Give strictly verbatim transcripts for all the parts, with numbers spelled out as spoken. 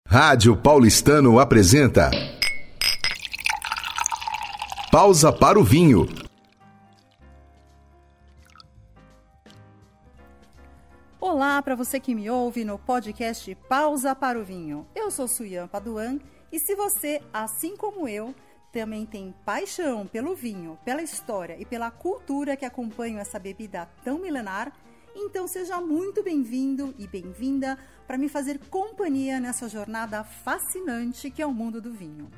Rádio Paulistano apresenta Pausa para o Vinho. Olá para você que me ouve no podcast Pausa para o Vinho. Eu sou Suyan Paduan e se você, assim como eu, também tem paixão pelo vinho, pela história e pela cultura que acompanham essa bebida tão milenar, então seja muito bem-vindo e bem-vinda para me fazer companhia nessa jornada fascinante que é o mundo do vinho.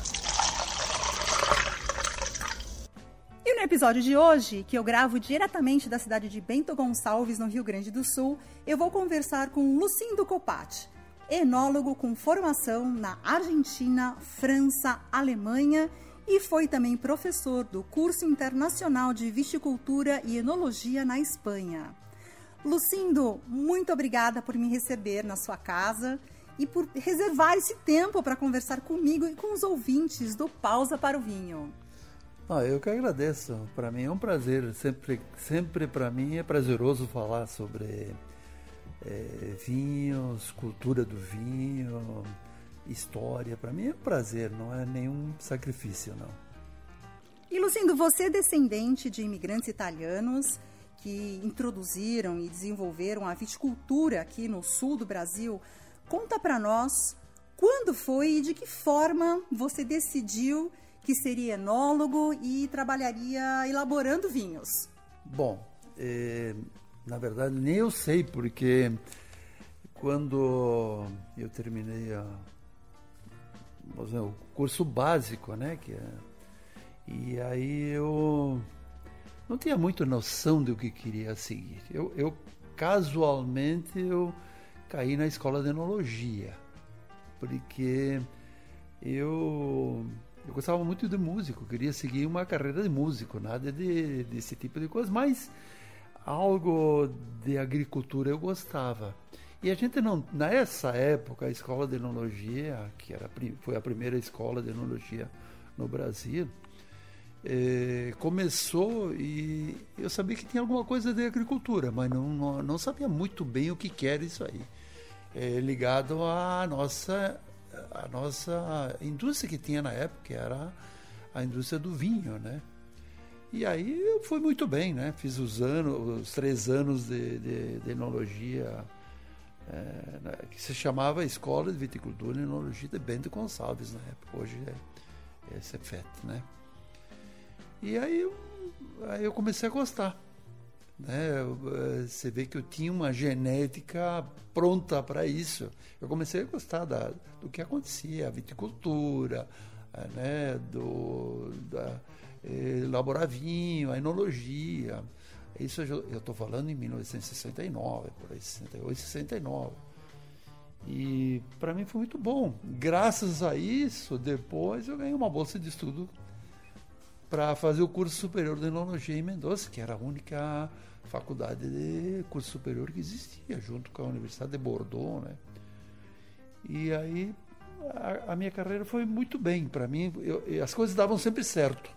E no episódio de hoje, que eu gravo diretamente da cidade de Bento Gonçalves, no Rio Grande do Sul, eu vou conversar com Lucindo Copati, enólogo com formação na Argentina, França, Alemanha e foi também professor do curso internacional de viticultura e enologia na Espanha. Lucindo, muito obrigada por me receber na sua casa e por reservar esse tempo para conversar comigo e com os ouvintes do Pausa para o Vinho. Ah, eu que agradeço. Para mim é um prazer. Sempre, sempre para mim é prazeroso falar sobre é, vinhos, cultura do vinho, história. Para mim é um prazer, não é nenhum sacrifício, não. E Lucindo, você é descendente de imigrantes italianos que introduziram e desenvolveram a viticultura aqui no sul do Brasil. Conta para nós quando foi e de que forma você decidiu que seria enólogo e trabalharia elaborando vinhos. Bom, é, na verdade nem eu sei, porque quando eu terminei a, dizer, o curso básico, né, que é, e aí eu não tinha muita noção do que queria seguir. Eu, eu casualmente eu caí na escola de enologia, porque eu Eu gostava muito de músico, queria seguir uma carreira de músico, nada de, desse tipo de coisa, mas algo de agricultura eu gostava. E a gente não, nessa época, a escola de enologia, que era, foi a primeira escola de enologia no Brasil, eh, começou e eu sabia que tinha alguma coisa de agricultura, mas não, não, não sabia muito bem o que, que era isso aí. Eh, ligado à nossa... a nossa indústria que tinha na época, que era a indústria do vinho, né? E aí eu fui muito bem, né? Fiz os anos, os três anos de, de, de enologia, é, que se chamava Escola de Viticultura e Enologia de Bento Gonçalves na época, hoje é, é Cefet, né? E aí eu, aí eu comecei a gostar. Né? Você vê que eu tinha uma genética pronta para isso. Eu comecei a gostar da, do que acontecia, a viticultura, né? do, da, elaborar vinho, a enologia. Isso eu estou falando em mil novecentos e sessenta e nove, por aí, sessenta e oito, sessenta e nove. E para mim foi muito bom. Graças a isso, depois eu ganhei uma bolsa de estudo para fazer o curso superior de enologia em Mendoza, que era a única faculdade de curso superior que existia, junto com a Universidade de Bordeaux, né? E aí a, a minha carreira foi muito bem para mim. Eu, as coisas davam sempre certo,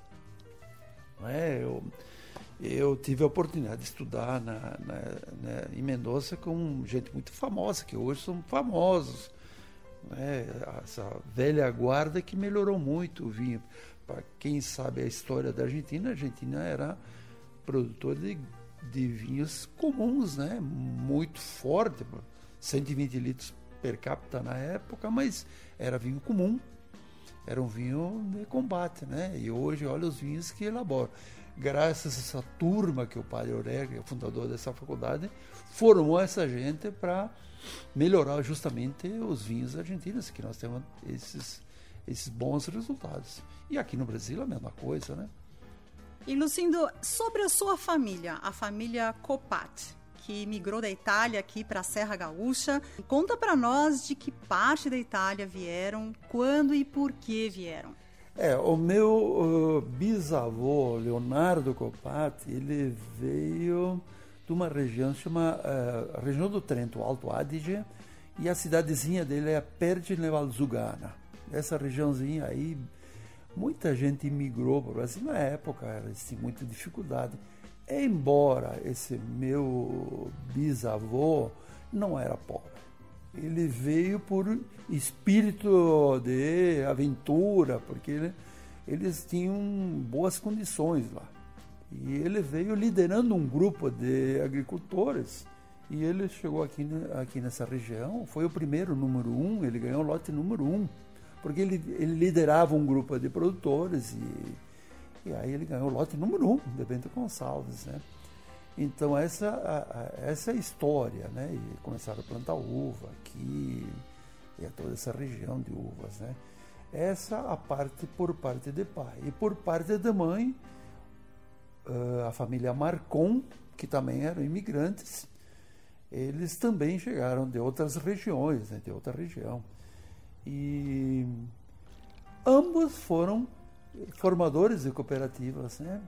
né? Eu, eu tive a oportunidade de estudar na, na, na, em Mendoza com gente muito famosa, que hoje são famosos, né? Essa velha guarda que melhorou muito o vinho. Para quem sabe a história da Argentina, a Argentina era produtor de, de vinhos comuns, né? Muito forte, cento e vinte litros per capita na época, mas era vinho comum, era um vinho de combate, né? E hoje, olha os vinhos que elabora. Graças a essa turma que o padre Orega, o fundador dessa faculdade, formou essa gente para melhorar justamente os vinhos argentinos, que nós temos esses esses bons resultados. E aqui no Brasil a mesma coisa, né? E Lucindo, sobre a sua família, a família Copati, que migrou da Itália aqui para a Serra Gaúcha, conta para nós de que parte da Itália vieram, quando e por que vieram. É, o meu uh, bisavô, Leonardo Copati, ele veio de uma região chamada uh, a região do Trento, Alto Adige, e a cidadezinha dele é Pergine Valsugana. Essa regiãozinha aí, muita gente imigrou para o Brasil na época, eles tinham muita dificuldade. Embora esse meu bisavô não era pobre, ele veio por espírito de aventura, porque ele, eles tinham boas condições lá. E ele veio liderando um grupo de agricultores, e ele chegou aqui, aqui nessa região, foi o primeiro número um, ele ganhou o lote número um, porque ele, ele liderava um grupo de produtores, e, e aí ele ganhou o lote número um de Bento Gonçalves, né? Então essa, a, a, essa é a história, né? E começaram a plantar uva aqui, e a toda essa região de uvas, né? Essa a parte por parte de pai. E por parte de mãe, uh, a família Marcon, que também eram imigrantes, eles também chegaram de outras regiões, né? De outra região. E ambos foram formadores de cooperativas, né?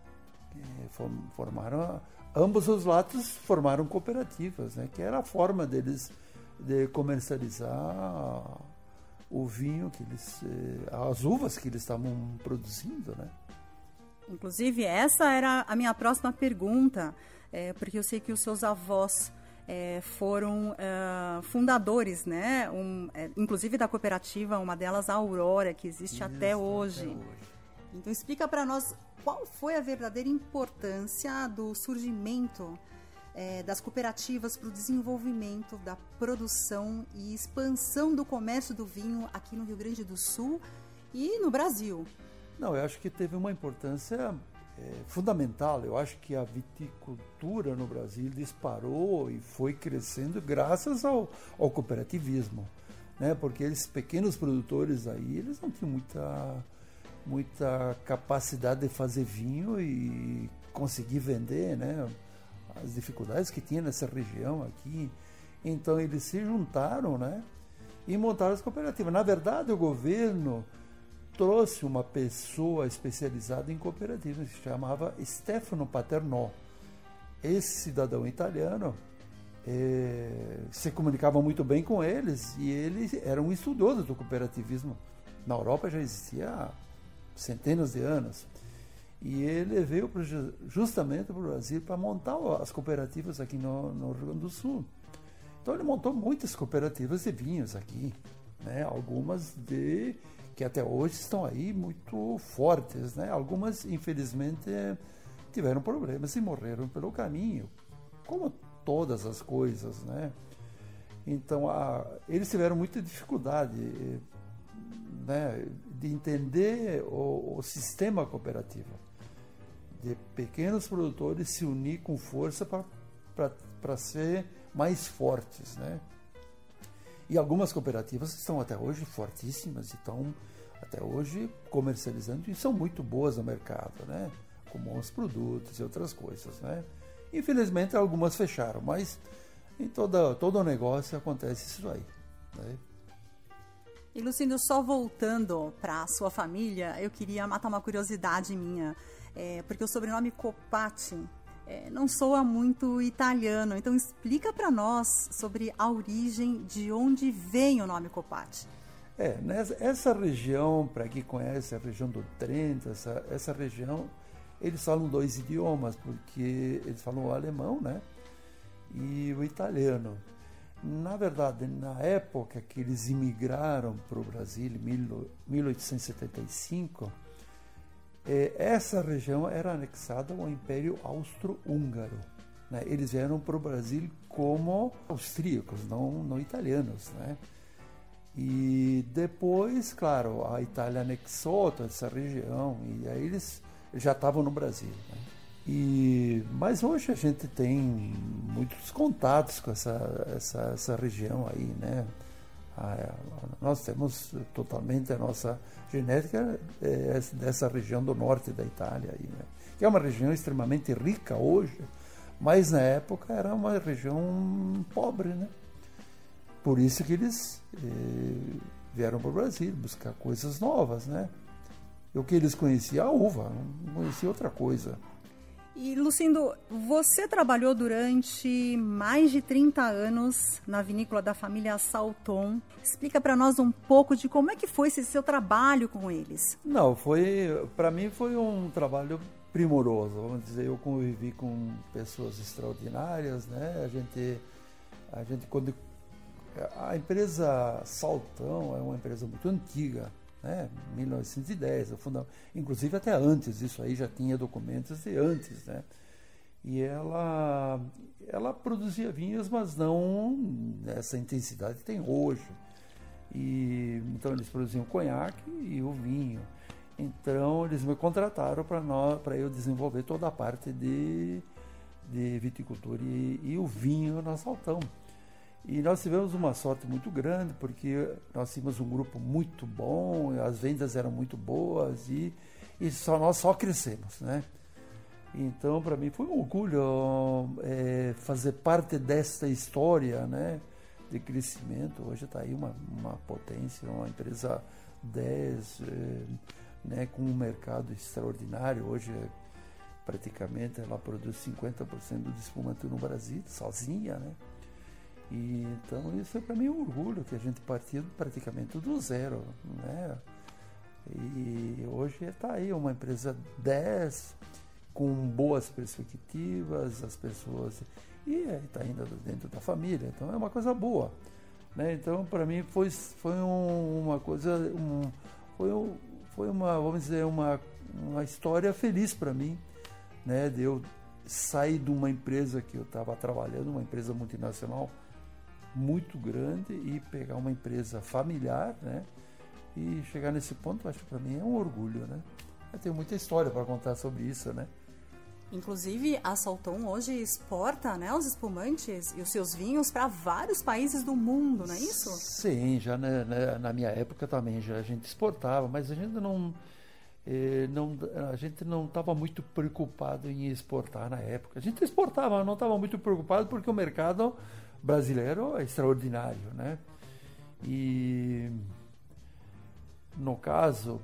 Formaram, ambos os lados formaram cooperativas, né? Que era a forma deles de comercializar o vinho que eles, as uvas que eles estavam produzindo, né? Inclusive, essa era a minha próxima pergunta, é, porque eu sei que os seus avós é, foram é, fundadores, né? Um, é, inclusive da cooperativa, uma delas a Aurora, que existe Isso, até hoje. até hoje. Então explica para nós qual foi a verdadeira importância do surgimento é, das cooperativas para o desenvolvimento da produção e expansão do comércio do vinho aqui no Rio Grande do Sul e no Brasil. Não, eu acho que teve uma importância é, fundamental. Eu acho que a viticultura no Brasil disparou e foi crescendo graças ao, ao cooperativismo, né? Porque esses pequenos produtores aí, eles não tinham muita... muita capacidade de fazer vinho e conseguir vender, né? As dificuldades que tinha nessa região aqui. Então eles se juntaram, né? E montaram as cooperativas. Na verdade, o governo trouxe uma pessoa especializada em cooperativas, que se chamava Stefano Paternò. Esse cidadão italiano é, se comunicava muito bem com eles, e ele era um estudioso do cooperativismo. Na Europa já existia centenas de anos, e ele veio pro, justamente para o Brasil para montar as cooperativas aqui no, no Rio Grande do Sul. Então ele montou muitas cooperativas de vinhos aqui, né? Algumas de que até hoje estão aí muito fortes, né? Algumas infelizmente tiveram problemas e morreram pelo caminho, como todas as coisas, né? Então a, eles tiveram muita dificuldade, né, de entender o, o sistema cooperativo, de pequenos produtores se unir com força para ser mais fortes, né? E algumas cooperativas estão até hoje fortíssimas e estão até hoje comercializando e são muito boas no mercado, né? Com bons produtos e outras coisas, né? Infelizmente algumas fecharam, mas em toda, todo negócio acontece isso aí, né? E Lucindo, só voltando para a sua família, eu queria matar uma curiosidade minha, é, porque o sobrenome Copati é, não soa muito italiano, então explica para nós sobre a origem, de onde vem o nome Copati. É, nessa, essa região, para quem conhece a região do Trento, essa, essa região, eles falam dois idiomas, porque eles falam o alemão, né, e o italiano. Na verdade, na época que eles imigraram para o Brasil, em mil oitocentos e setenta e cinco, eh, essa região era anexada ao Império Austro-Húngaro, né? Eles vieram para o Brasil como austríacos, não, não italianos, né? E depois, claro, a Itália anexou toda essa região e aí eles já estavam no Brasil, né? E, mas hoje a gente tem muitos contatos com essa, essa, essa região aí, né? A, nós temos totalmente a nossa genética é, dessa região do norte da Itália aí, né? Que é uma região extremamente rica hoje, mas na época era uma região pobre, né? Por isso que eles eh, vieram para o Brasil buscar coisas novas, né? E o que eles conheciam? A uva, não conheciam outra coisa. E, Lucindo, você trabalhou durante mais de trinta anos na vinícola da família Salton. Explica para nós um pouco de como é que foi esse seu trabalho com eles. Não, foi, para mim foi um trabalho primoroso, vamos dizer. Eu convivi com pessoas extraordinárias, né? A gente, a gente quando A empresa Saltão é uma empresa muito antiga, né? mil novecentos e dez, funda... inclusive até antes, isso aí já tinha documentos de antes, né? E ela, ela produzia vinhos, mas não nessa intensidade que tem hoje. E, então eles produziam o conhaque e o vinho. Então eles me contrataram para eu desenvolver toda a parte de, de viticultura e, e o vinho na Saltão. E nós tivemos uma sorte muito grande, porque nós tínhamos um grupo muito bom, as vendas eram muito boas e, e só, nós só crescemos, né? Então, para mim, foi um orgulho é, fazer parte dessa história, né, de crescimento. Hoje está aí uma, uma potência, uma empresa dez, é, né, com um mercado extraordinário. Hoje, praticamente, ela produz cinquenta por cento do espumante no Brasil, sozinha, né? E, então, isso é para mim um orgulho, que a gente partiu praticamente do zero, né? E hoje está aí uma empresa dez, com boas perspectivas, as pessoas... E está ainda dentro da família, então é uma coisa boa, né? Então, para mim, foi, foi um, uma coisa... Um, foi, um, foi uma, vamos dizer, uma, uma história feliz para mim, né? De eu sair de uma empresa que eu estava trabalhando, uma empresa multinacional muito grande, e pegar uma empresa familiar, né? E chegar nesse ponto, acho que para mim é um orgulho, né? Eu tenho muita história para contar sobre isso, né? Inclusive, a Saltão hoje exporta, né, os espumantes e os seus vinhos para vários países do mundo, não é isso? Sim, já na, na, na minha época também já a gente exportava, mas a gente não, eh, não a gente não estava muito preocupado em exportar na época. A gente exportava, mas não estava muito preocupado porque o mercado brasileiro é extraordinário, né? E no caso,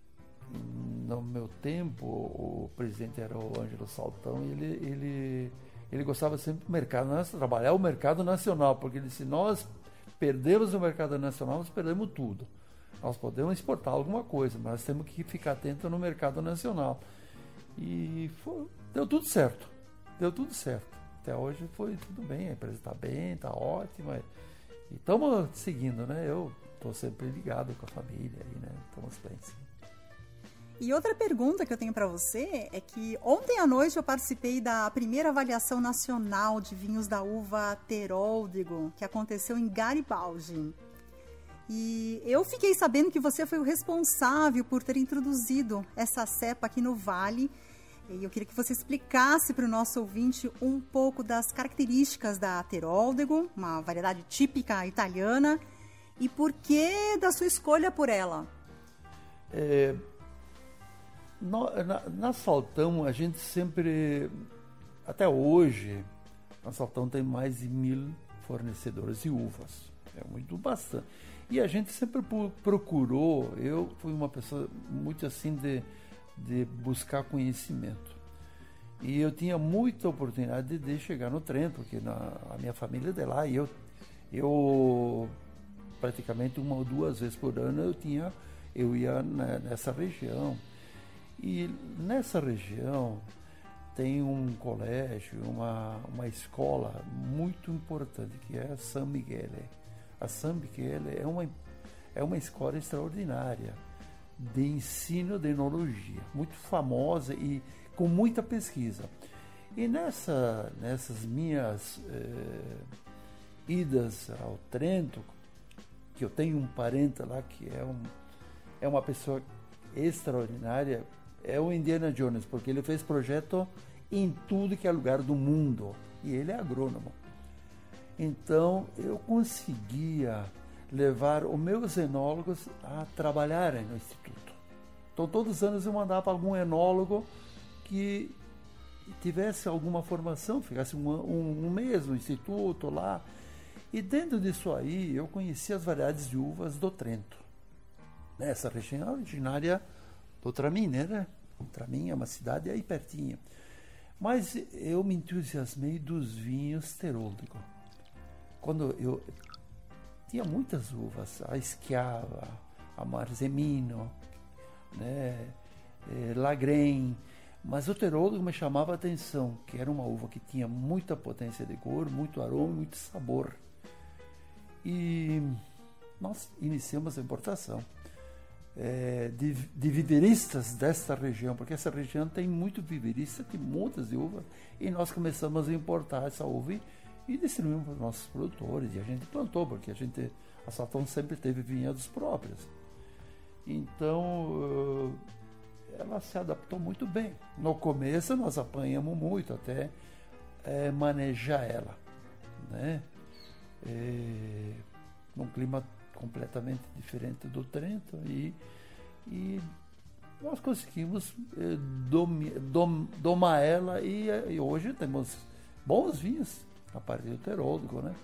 no meu tempo, o presidente era o Ângelo Saltão, e ele, ele, ele gostava sempre do mercado nacional, trabalhar o mercado nacional, porque ele disse, nós perdemos o mercado nacional, nós perdemos tudo. Nós podemos exportar alguma coisa, mas nós temos que ficar atento no mercado nacional. E foi, deu tudo certo, deu tudo certo. Até hoje foi tudo bem, a empresa está bem, está ótima. E estamos seguindo, né? Eu estou sempre ligado com a família aí, né? Estamos bem, sim. E outra pergunta que eu tenho para você é que ontem à noite eu participei da primeira avaliação nacional de vinhos da uva Teroldego, que aconteceu em Garibaldi. E eu fiquei sabendo que você foi o responsável por ter introduzido essa cepa aqui no Vale. E eu queria que você explicasse para o nosso ouvinte um pouco das características da Teroldego, uma variedade típica italiana, e por que da sua escolha por ela. É... Na, na Saltão, a gente sempre, até hoje, a Saltão tem mais de mil fornecedores de uvas. É muito bastante. E a gente sempre procurou, eu fui uma pessoa muito assim de, de buscar conhecimento. E eu tinha muita oportunidade de chegar no Trento, porque na, a minha família é de lá, e eu, eu praticamente uma ou duas vezes por ano eu, tinha, eu ia na, nessa região. E nessa região tem um colégio, uma, uma escola muito importante, que é a San Michele. A San Michele é uma, é uma escola extraordinária de ensino de enologia, muito famosa e com muita pesquisa. E nessa, nessas minhas eh, idas ao Trento, que eu tenho um parente lá que é, um, é uma pessoa extraordinária, é o Indiana Jones, porque ele fez projeto em tudo que é lugar do mundo, e ele é agrônomo. Então eu conseguia levar os meus enólogos a trabalharem no instituto. Então todos os anos eu mandava algum enólogo que tivesse alguma formação, ficasse um, um, um mês no instituto lá, e dentro disso aí eu conheci as variedades de uvas do Trento. Essa região é originária do Tramine, né? Tramine é uma cidade aí pertinho. Mas eu me entusiasmei dos vinhos Teroldego. Quando eu tinha muitas uvas, a Schiava, a Marzemino, né, eh, Lagren, mas o Teroldego me chamava a atenção, que era uma uva que tinha muita potência de cor, muito aroma, muito sabor. e nós iniciamos a importação é, de, de viveristas desta região, porque essa região tem muito viverista, tem muitas de uvas, e nós começamos a importar essa uva e, e distribuímos para os nossos produtores, e a gente plantou, porque a gente, a Salton sempre teve vinhedos próprios. Então, ela se adaptou muito bem. No começo nós apanhamos muito até é, manejar ela, né? É, num clima completamente diferente do Trento, e, e nós conseguimos é, domi, dom, domar ela, e, e hoje temos bons vinhos a partir do terólogo, né?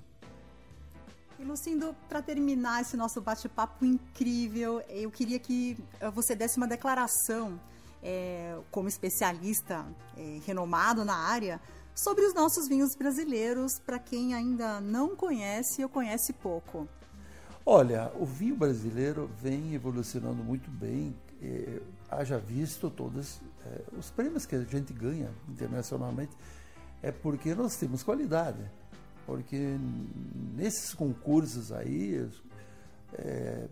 E Lucindo, para terminar esse nosso bate-papo incrível, eu queria que você desse uma declaração é, como especialista é, renomado na área sobre os nossos vinhos brasileiros, para quem ainda não conhece ou conhece pouco. Olha, o vinho brasileiro vem evolucionando muito bem, eh, haja visto todos eh, os prêmios que a gente ganha internacionalmente, é porque nós temos qualidade. Porque nesses concursos aí, é,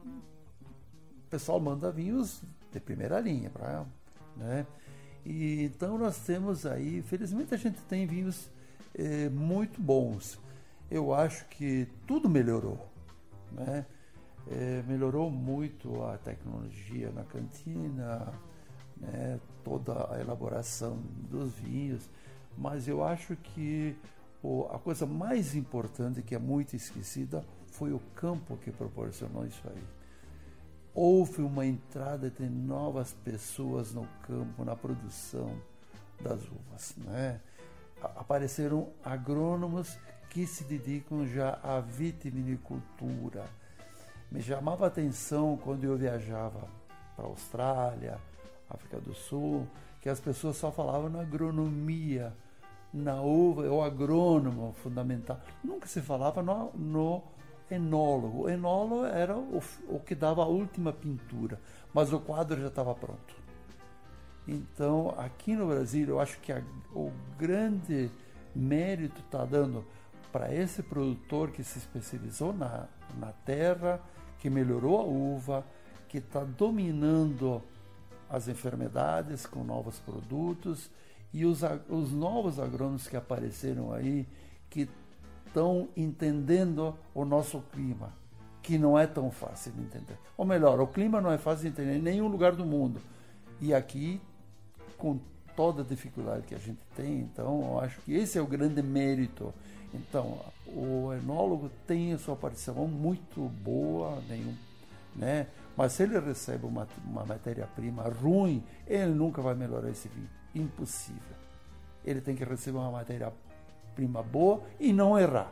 o pessoal manda vinhos de primeira linha, pra, né? E então nós temos aí, felizmente a gente tem vinhos é, muito bons. Eu acho que tudo melhorou, né? É, melhorou muito a tecnologia na cantina, né? Toda a elaboração dos vinhos, mas eu acho que a coisa mais importante, que é muito esquecida, foi o campo que proporcionou isso aí. Houve uma entrada de novas pessoas no campo, na produção das uvas, né? Apareceram agrônomos que se dedicam já à vitivinicultura. Me chamava a atenção quando eu viajava para a Austrália, África do Sul, que as pessoas só falavam na agronomia, na uva, o agrônomo fundamental. Nunca se falava no, no enólogo. O enólogo era o, o que dava a última pintura, mas o quadro já estava pronto. Então, aqui no Brasil, eu acho que a, o grande mérito está dando para esse produtor que se especializou na, na terra, que melhorou a uva, que está dominando as enfermidades com novos produtos, e os, os novos agrônomos que apareceram aí, que estão entendendo o nosso clima, que não é tão fácil de entender. Ou melhor, o clima não é fácil de entender em nenhum lugar do mundo. E aqui, com toda a dificuldade que a gente tem, então, eu acho que esse é o grande mérito. Então, o enólogo tem a sua participação muito boa, nenhum, né? Mas se ele recebe uma, uma matéria-prima ruim, ele nunca vai melhorar esse vinho. Impossível. Ele tem que receber uma matéria-prima boa e não errar,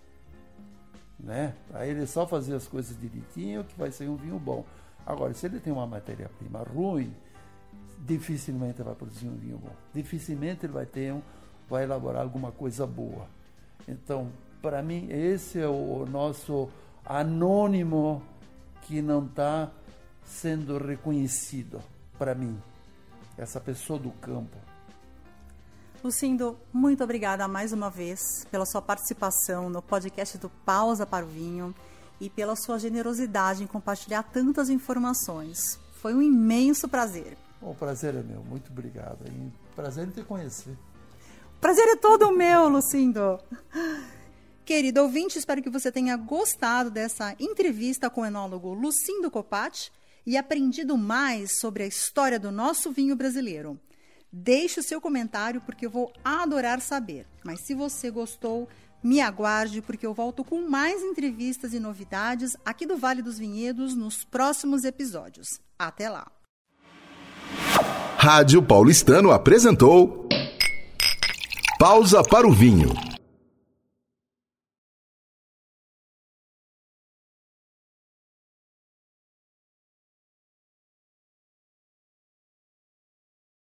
né? Aí ele só fazer as coisas direitinho que vai ser um vinho bom. Agora, se ele tem uma matéria-prima ruim, dificilmente vai produzir um vinho bom. Dificilmente ele vai ter um, vai elaborar alguma coisa boa. Então, para mim, esse é o nosso anônimo que não está sendo reconhecido, para mim, essa pessoa do campo. Lucindo, muito obrigada mais uma vez pela sua participação no podcast do Pausa para o Vinho e pela sua generosidade em compartilhar tantas informações. Foi um imenso prazer. O prazer é meu, muito obrigado. E prazer em te conhecer. O prazer é todo meu, Lucindo. Querido ouvinte, espero que você tenha gostado dessa entrevista com o enólogo Lucindo Copati e aprendido mais sobre a história do nosso vinho brasileiro. Deixe o seu comentário porque eu vou adorar saber. Mas se você gostou, me aguarde porque eu volto com mais entrevistas e novidades aqui do Vale dos Vinhedos nos próximos episódios. Até lá! Rádio Paulistano apresentou Pausa para o Vinho.